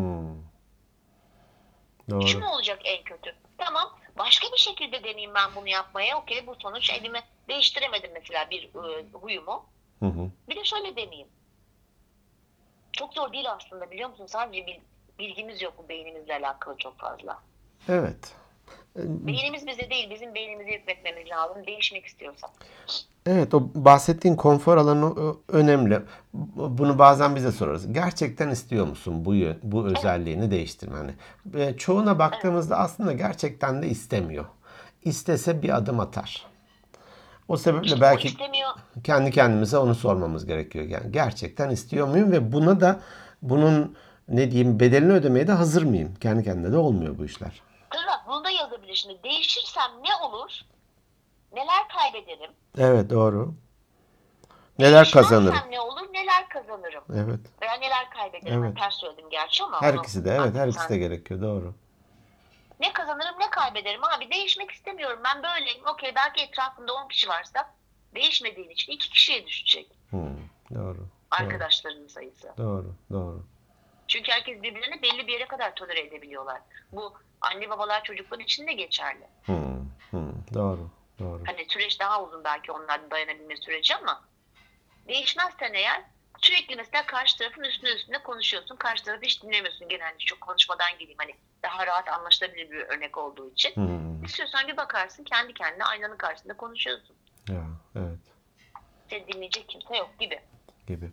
B: Hiç
A: Doğru.
B: mi olacak en kötü? Tamam. Başka bir şekilde deneyeyim ben bunu yapmaya. Okey, bu sonuç, elimi değiştiremedim mesela bir huyumu. Bir de şöyle deneyeyim. Çok zor değil aslında, biliyor musun? Sadece bilgimiz yok bu beynimizle alakalı çok fazla.
A: Evet.
B: Beynimiz bize değil, bizim beynimizi hükmetmemiz lazım değişmek istiyorsak.
A: Evet, o bahsettiğin konfor alanı önemli. Bunu bazen bize sorarız. Gerçekten istiyor musun bu özelliğini değiştirmeni? Çoğuna baktığımızda aslında gerçekten de istemiyor. İstese bir adım atar. O sebeple
B: İşte o
A: belki
B: istemiyor.
A: kendi kendimize onu sormamız gerekiyor. Yani gerçekten istiyor muyum ve bunun ne diyeyim bedelini ödemeye de hazır mıyım? Kendi kendine de olmuyor bu işler.
B: Tabii bak, bunu da yazabilir şimdi. Değişirsem ne olur? Neler kaybederim?
A: Evet, doğru. Neler kazanırım?
B: Değişmezsem ne olur? Neler kazanırım?
A: Evet.
B: Veya neler kaybederim?
A: Evet.
B: Ters söyledim gerçi ama
A: Her
B: onu
A: ikisi de, evet, her ikisi de
B: sen.
A: gerekiyor, doğru.
B: Ne kazanırım, ne kaybederim? Abi değişmek istemiyorum. Ben böyleyim. Okey, belki etrafında 10 kişi varsa değişmediğin için 2 kişiye düşecek.
A: Doğru.
B: Arkadaşlarının sayısı.
A: Doğru.
B: Çünkü herkes birbirlerini belli bir yere kadar tolere edebiliyorlar. Bu anne babalar çocuklar için de geçerli.
A: Doğru.
B: Hani süreç daha uzun belki onların dayanabilme süreci, ama değişmezsen eğer sürekli mesela karşı tarafın üstüne konuşuyorsun. Karşı tarafı hiç dinlemiyorsun genelde. Çok konuşmadan geleyim, hani daha rahat anlaşılabilir bir örnek olduğu için. İstiyorsan bir bakarsın, kendi kendine aynanın karşısında konuşuyorsun.
A: Ya, evet.
B: Seni dinleyecek kimse yok gibi.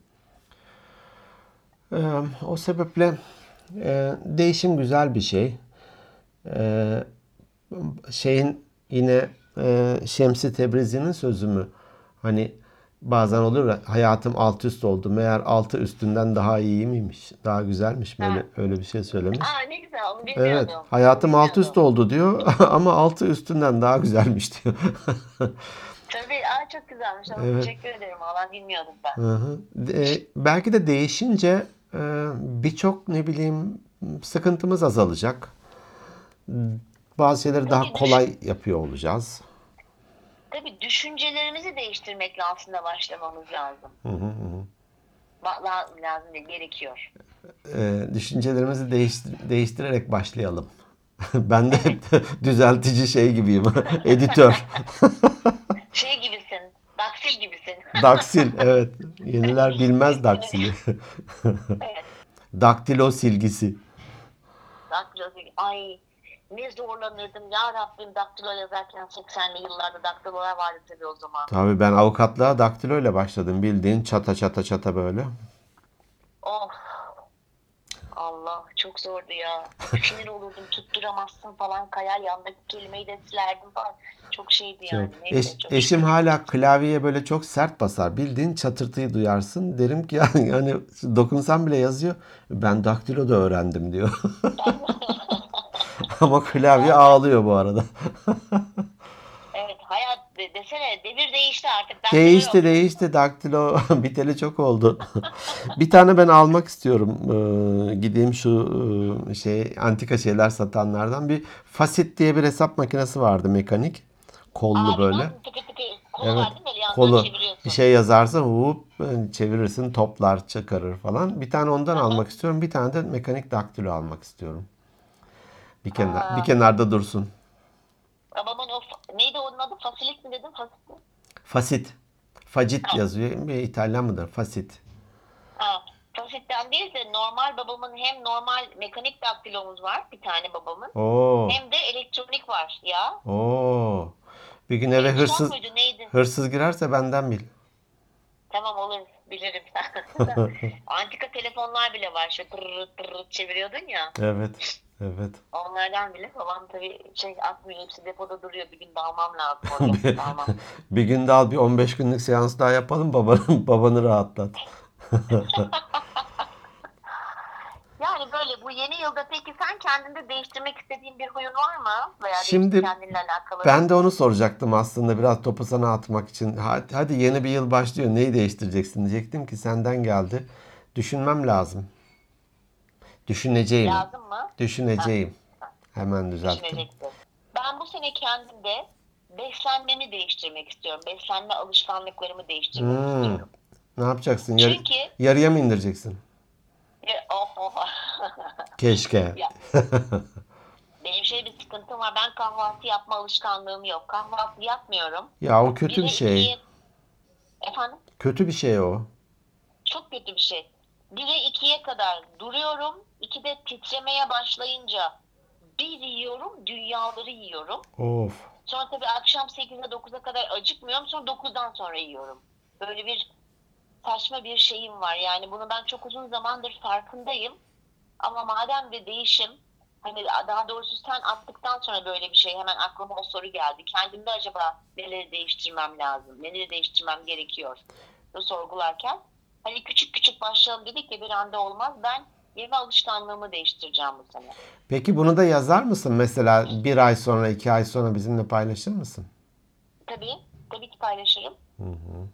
A: O sebeple değişim güzel bir şey. Şeyin yine Şemsi Tebrizi'nin sözü mü? Hani bazen olur ya, hayatım alt üst oldu. Meğer altı üstünden daha iyi miymiş? Daha güzelmiş.
B: Ha.
A: Öyle bir şey söylemiş.
B: Ne güzel, onu
A: Evet,
B: bilmiyordum.
A: hayatım alt üst oldu diyor ama altı üstünden daha güzelmiş diyor.
B: Tabii, çok güzelmiş. Ama
A: Evet.
B: teşekkür ederim. Valla bilmiyordum ben.
A: Belki de değişince birçok ne bileyim sıkıntımız azalacak. Bazı şeyleri daha
B: Tabii
A: kolay yapıyor olacağız.
B: Tabii düşüncelerimizi değiştirmekle aslında başlamamız lazım. Lazım değil, gerekiyor.
A: Düşüncelerimizi değiştirerek başlayalım. Ben de hep
B: Evet.
A: düzeltici şey gibiyim. Editör.
B: Şey gibisin. Daksil gibisin.
A: Daksil, evet. Yeniler bilmez daksili.
B: Evet.
A: Daktilo silgisi.
B: Daktilo. Ay ne zorlanırdım ya Rabbim daktilo yazarken 80'li yıllarda daktilolar vardı tabii o zaman.
A: Tabii ben avukatlığa daktilo ile başladım. Bildiğin çata çata çata böyle.
B: Of Allah çok zordu ya. Sinir olurdum tutturamazsın falan kayar yanındaki kelimeyi de silerdim falan. Çok şeydi
A: Çok.
B: yani. Neyse çok
A: Eşim
B: şükür.
A: hala klavyeye böyle çok sert basar. Bildiğin çatırtıyı duyarsın. Derim ki yani dokunsam bile yazıyor. Ben daktilo da öğrendim diyor. Ama klavye
B: Vallahi
A: ağlıyor bu arada.
B: evet hayat desene devir değişti artık daktilo
A: Değişti
B: yok.
A: değişti daktilo biteli çok oldu. Bir tane ben almak istiyorum. Gideyim şu şey antika şeyler satanlardan bir Fasit diye bir hesap makinesi vardı mekanik. Kollu
B: Aa
A: böyle.
B: bilmem tıkı tıkı kolu
A: Evet.
B: var değil mi? Böyle yandan
A: Kolu. Bir
B: çeviriyorsun.
A: şey yazarsın hop çevirirsin toplar çıkarır falan. Bir tane ondan
B: Hı hı.
A: almak istiyorum. Bir tane de mekanik daktilo almak istiyorum. Bir
B: Aa,
A: kenarda dursun.
B: babamın neydi onun adı? Fasilik mi dedim? Fasit mi?
A: Fasit. Facit
B: Ha,
A: yazıyor. Bir İtalyan mıdır? Fasit.
B: ha. Fasitten değil de normal babamın hem normal mekanik daktilomuz var bir tane babamın.
A: Oo.
B: Hem de elektronik var ya.
A: Oo. Bir gün eve
B: Ericsson muydu neydi?
A: hırsız girerse benden bil.
B: Tamam olur bilirim. Antika telefonlar bile var. Şu tırırıt tırırıt çeviriyordun ya.
A: Evet. Evet.
B: Onlardan bile babam tabii şey atmıyor. Hepsi depoda duruyor. Bir gün dalmam lazım oraya.
A: Bir,
B: Dalmam.
A: bir gün daha bir 15 günlük seans daha yapalım babanı rahatlat.
B: Yani böyle bu yeni yılda peki sen kendinde değiştirmek istediğin bir huyun var mı? Veya değiştir
A: Şimdi
B: kendinle alakalı.
A: ben de onu soracaktım aslında biraz topu sana atmak için. Hadi yeni bir yıl başlıyor. Neyi değiştireceksin diyecektim ki senden geldi. Düşünmem lazım. Düşüneceğim.
B: Lazım mı? Ha,
A: Düşüneceğim. Hemen düzelttim.
B: düşüneceksin. Ben bu sene kendimde beslenmemi değiştirmek istiyorum. Beslenme alışkanlıklarımı değiştirmek
A: Hmm.
B: istiyorum.
A: Ne yapacaksın?
B: Çünkü
A: Yarıya mı indireceksin?
B: oh, oh.
A: Keşke.
B: Ya, benim şey bir sıkıntım var. Ben kahvaltı yapma alışkanlığım yok. Kahvaltı yapmıyorum.
A: Ya o kötü bir
B: 1'e
A: şey.
B: 2'ye efendim
A: Kötü bir şey o.
B: çok kötü bir şey. 1'e 2'ye kadar duruyorum. 2'de titremeye başlayınca bir yiyorum, dünyaları yiyorum.
A: Of.
B: Sonra tabii akşam 8'e 9'a kadar acıkmıyorum. Sonra 9'dan sonra yiyorum. Böyle bir saçma bir şeyim var. Yani bunu ben çok uzun zamandır farkındayım. Ama madem bir değişim, hani daha doğrusu sen attıktan sonra böyle bir şey hemen aklıma o soru geldi. Kendimde acaba neleri değiştirmem lazım, neleri değiştirmem gerekiyor sorgularken. Hani küçük küçük başlayalım dedik ya bir anda olmaz. Ben yeme alışkanlığımı değiştireceğim bu sene.
A: Peki bunu da yazar mısın? Mesela bir ay sonra, 2 ay sonra bizimle paylaşır mısın?
B: Tabii, tabii ki paylaşırım.
A: Hı hı.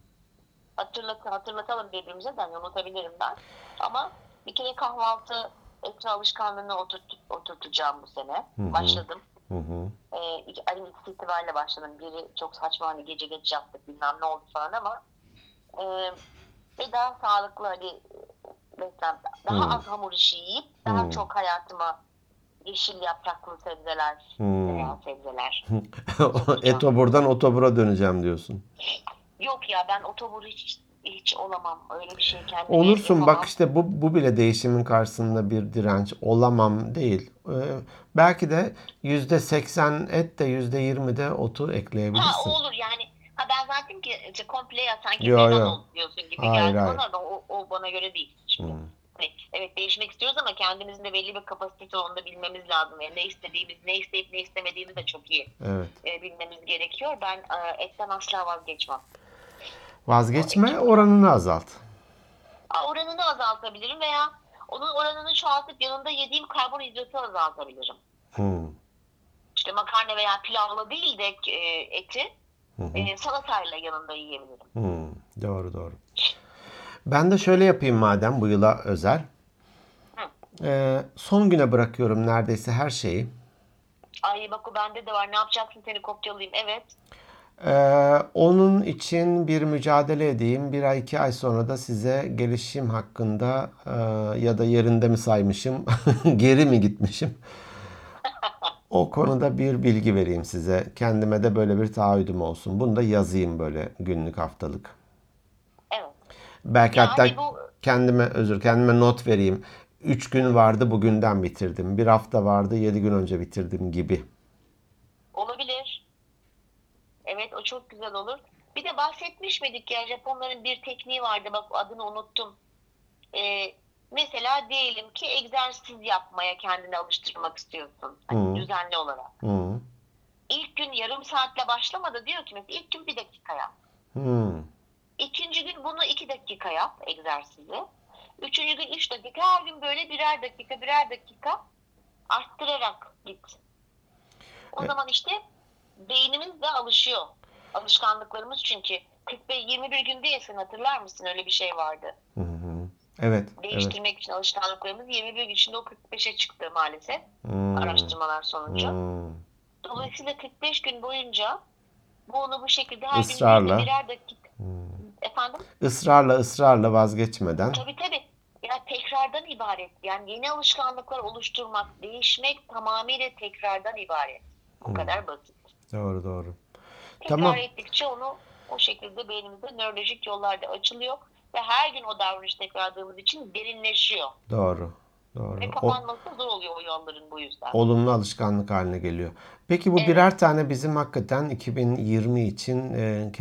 B: Hatırlatalım birbirimize de hani unutabilirim ben. Ama bir kere kahvaltı etme alışkanlığını oturtacağım bu sene.
A: Hı hı.
B: Başladım.
A: Hı hı.
B: Ayın ikisi itibariyle başladım. Biri çok saçma hani gece geç yaptık bilmem ne oldu falan ama e, ve daha sağlıklı hani beslen, daha
A: Hı.
B: az hamur işi yiyip daha
A: Hı.
B: çok hayatıma yeşil yapraklı sebzeler
A: Hı.
B: veya sebzeler sokacağım.
A: Etobur'dan otobura döneceğim diyorsun.
B: Yok ya ben otobur hiç olamam. Öyle bir şey kendime
A: Olursun bak
B: yapamam.
A: işte bu bile değişimin karşısında bir direnç. Olamam değil. Belki de %80 et de %20 de otu
B: Ha o
A: ekleyebilirsin.
B: olur yani. Ha ben zaten ki işte komple ya sanki
A: Yo
B: vegan
A: yo.
B: ol diyorsun gibi
A: Hayır
B: geldi
A: hayır.
B: bana da o bana göre değil şimdi.
A: Hı.
B: Hani, evet değişmek istiyoruz ama kendimizin de belli bir kapasitesi onu da bilmemiz lazım. Yani ne istediğimiz, ne isteyip ne istemediğimizi de çok iyi
A: Evet.
B: bilmemiz gerekiyor. Ben etten asla vazgeçmem. O eti
A: Vazgeçme
B: oran.
A: oranını azalt.
B: Oranını azaltabilirim veya onun oranını çoğaltıp yanında yediğim karbonhidratı azaltabilirim.
A: Hı.
B: İşte makarna veya pilavla değil de eti
A: Hı hı.
B: salatayla yanında yiyebilirim.
A: Hı. Doğru doğru. Ben de şöyle yapayım madem bu yıla özel.
B: Hı.
A: Son güne bırakıyorum neredeyse her şeyi.
B: Ay bak o bende de var. Ne yapacaksın seni kopyalayayım. Evet.
A: Onun için bir mücadele edeyim. 1 ay 2 ay sonra da size gelişim hakkında ya da yerinde mi saymışım, geri mi gitmişim? O konuda bir bilgi vereyim size. Kendime de böyle bir taahhüdüm olsun. Bunu da yazayım böyle günlük, haftalık.
B: Evet.
A: Belki hatta
B: Yani bu
A: kendime not vereyim. 3 gün vardı, bugünden bitirdim. Bir hafta vardı, 7 gün önce bitirdim gibi.
B: olabilir. Evet, o çok güzel olur. Bir de bahsetmiş miydik ya, Japonların bir tekniği vardı, bak adını unuttum. Mesela diyelim ki egzersiz yapmaya kendini alıştırmak istiyorsun. Hani
A: Hı,
B: düzenli olarak.
A: hı,
B: İlk gün yarım saatle başlamadı, diyor ki mesela ilk gün 1 dakika yap.
A: hı.
B: İkinci gün bunu 2 dakika yap egzersizi. Üçüncü gün 3 dakika, her gün böyle birer dakika arttırarak git. O zaman işte beynimiz de alışıyor. Alışkanlıklarımız çünkü 21 günde yesin, hatırlar mısın? Öyle bir şey vardı.
A: Hı hı. Evet, evet.
B: Değiştirmek için alışkanlıklarımız 21 gün içinde o 45'e çıktı maalesef.
A: Hmm,
B: Araştırmalar sonucu.
A: hmm.
B: Dolayısıyla 45 gün boyunca bunu bu şekilde her gün
A: Israrla,
B: birer dakika, efendim,
A: ısrarla vazgeçmeden.
B: tabii ya, tekrardan ibaret. Yani yeni alışkanlıklar oluşturmak, değişmek tamamıyla tekrardan ibaret. Bu kadar basit.
A: Doğru, doğru.
B: Tekrar
A: Tamam.
B: ettikçe onu o şekilde beynimizde nörolojik yollarda açılıyor ve her gün o davranışı tekrarladığımız için derinleşiyor
A: Doğru,
B: ve
A: doğru.
B: kapanması zor oluyor o yolların bu yüzden.
A: Olumlu alışkanlık haline geliyor. Peki bu
B: Evet,
A: birer tane bizim hakikaten 2020 için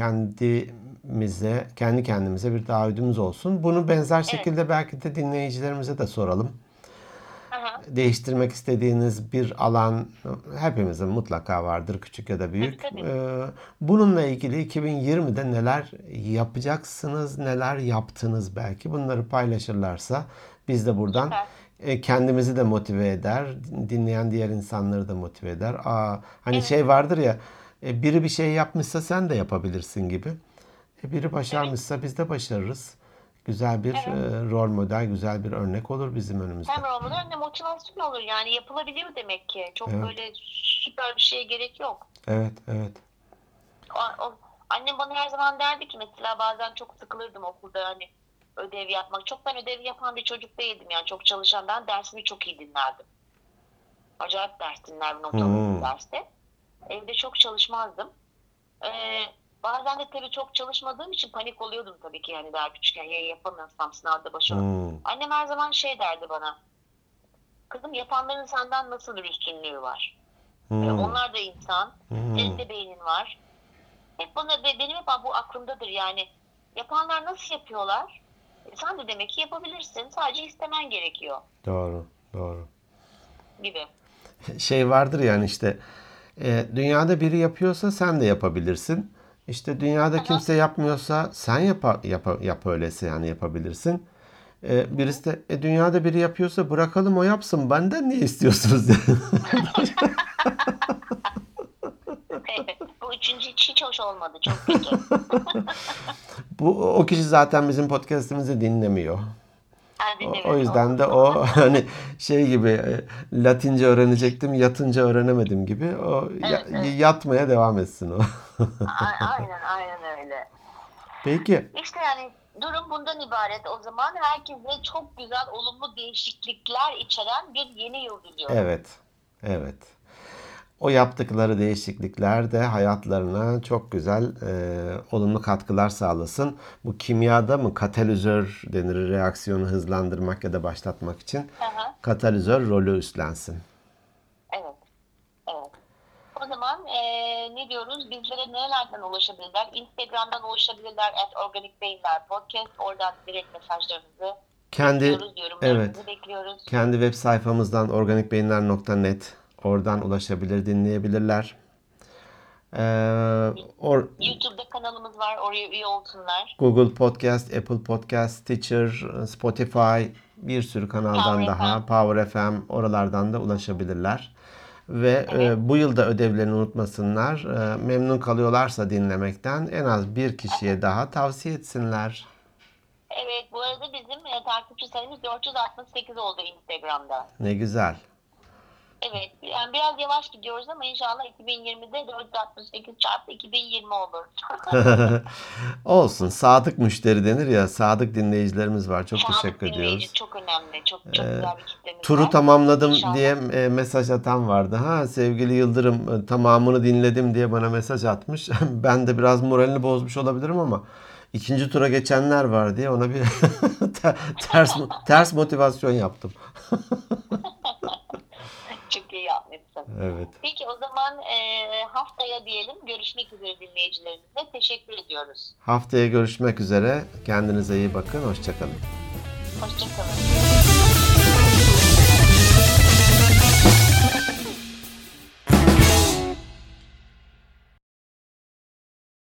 A: kendi kendimize bir taahhüdümüz olsun. Bunu benzer
B: evet.
A: şekilde belki de dinleyicilerimize de soralım.
B: Aha,
A: Değiştirmek istediğiniz bir alan hepimizin mutlaka vardır, küçük ya da
B: tabii
A: büyük.
B: tabii.
A: Bununla ilgili 2020'de neler yapacaksınız, neler yaptınız belki bunları paylaşırlarsa biz de buradan
B: Süper.
A: kendimizi de motive eder, dinleyen diğer insanları da motive eder. Hani
B: Evet,
A: şey vardır ya, biri bir şey yapmışsa sen de yapabilirsin gibi. Biri
B: evet,
A: başarmışsa biz de başarırız. Güzel bir
B: evet.
A: rol model, güzel bir örnek olur bizim önümüzde.
B: Hem olmalı hem de motivasyon olur. Yani yapılabilir demek ki. Çok
A: Evet,
B: böyle süper bir şeye gerek yok.
A: evet, evet.
B: Annem bana her zaman derdi ki, mesela bazen çok sıkılırdım okulda, hani ödev yapmak. Çok ben ödev yapan bir çocuk değildim, yani çok çalışan. Ben dersimi çok iyi dinlerdim. Acayip ders dinlerdim, not alırdım
A: Hmm,
B: derste. Evde çok çalışmazdım. Ee, Bazen de tabii çok çalışmadığım için panik oluyordum tabii ki, yani daha küçükken ya yapamazsam sınavda başarılı.
A: hmm,
B: Annem her zaman şey derdi bana: kızım, yapanların senden nasıl bir üstünlüğü var?
A: hmm,
B: Onlar da insan. Senin
A: hmm.
B: de beynin var. Hep bana, benim hep bu aklımdadır yani. Yapanlar nasıl yapıyorlar? Sen de demek ki yapabilirsin. Sadece istemen gerekiyor
A: Doğru, doğru.
B: gibi.
A: Şey vardır yani işte dünyada biri yapıyorsa sen de yapabilirsin. İşte dünyada
B: Aha,
A: kimse yapmıyorsa sen yap öyleyse yani yapabilirsin.
B: hı hı.
A: Birisi de dünyada biri yapıyorsa bırakalım o yapsın. Benden niye istiyorsunuz?
B: Bu üçüncü hiç hoş olmadı. Çok kötü.
A: O kişi zaten bizim podcast'imizi dinlemiyor.
B: Ben
A: O
B: dinlemiyorum.
A: yüzden de o hani şey gibi Latince öğrenecektim, yatınca öğrenemedim gibi o
B: Evet, evet.
A: yatmaya devam etsin o.
B: Aynen öyle.
A: Peki.
B: İşte yani durum bundan ibaret o zaman. Herkese çok güzel, olumlu değişiklikler içeren bir yeni yıl diliyorum.
A: Evet. Evet. O yaptıkları değişiklikler de hayatlarına çok güzel, olumlu katkılar sağlasın. Bu kimyada mı katalizör denir, reaksiyonu hızlandırmak ya da başlatmak için
B: Aha,
A: katalizör rolü üstlensin.
B: evet, evet. O zaman ne diyoruz? Bizlere nerelerden ulaşabilirler? Instagram'dan ulaşabilirler. @Organik Beyinler Podcast. Oradan direkt mesajlarınızı
A: Kendi
B: bekliyoruz.
A: evet,
B: Yorumlarınızı bekliyoruz.
A: kendi web sayfamızdan organikbeyinler.net oradan ulaşabilir, dinleyebilirler. Ee, or,
B: YouTube'da kanalımız var. Oraya üye olsunlar.
A: Google Podcast, Apple Podcast, Stitcher, Spotify bir sürü
B: Power
A: kanaldan
B: FM.
A: daha Power FM oralardan da
B: Hı hı.
A: ulaşabilirler. Ve
B: Evet.
A: bu yılda ödevlerini unutmasınlar. Memnun kalıyorlarsa dinlemekten en az bir
B: Aha.
A: kişiye daha tavsiye etsinler.
B: Evet. Bu arada bizim takipçi sayımız 468 oldu Instagram'da.
A: Ne güzel.
B: Evet, yani biraz yavaş gidiyoruz ama inşallah 2020'de 468 çarpı 2020 olur.
A: Olsun. Sadık müşteri denir ya. Sadık dinleyicilerimiz var. Çok
B: Sadık
A: teşekkür
B: dinleyici
A: ediyoruz.
B: çok önemli. Çok çok güzel bir kitlemiz
A: Turu
B: var.
A: tamamladım diye
B: İnşallah.
A: mesaj atan vardı. Ha sevgili Yıldırım, tamamını dinledim diye bana mesaj atmış. Ben de biraz moralini bozmuş olabilirim ama ikinci tura geçenler var diye ona bir ters motivasyon yaptım.
B: Çok iyi yapmışsın.
A: Evet.
B: Peki o zaman haftaya diyelim. Görüşmek üzere dinleyicilerimize. Teşekkür ediyoruz.
A: Haftaya görüşmek üzere. Kendinize iyi bakın. Hoşça kalın.
B: Hoşça kalın.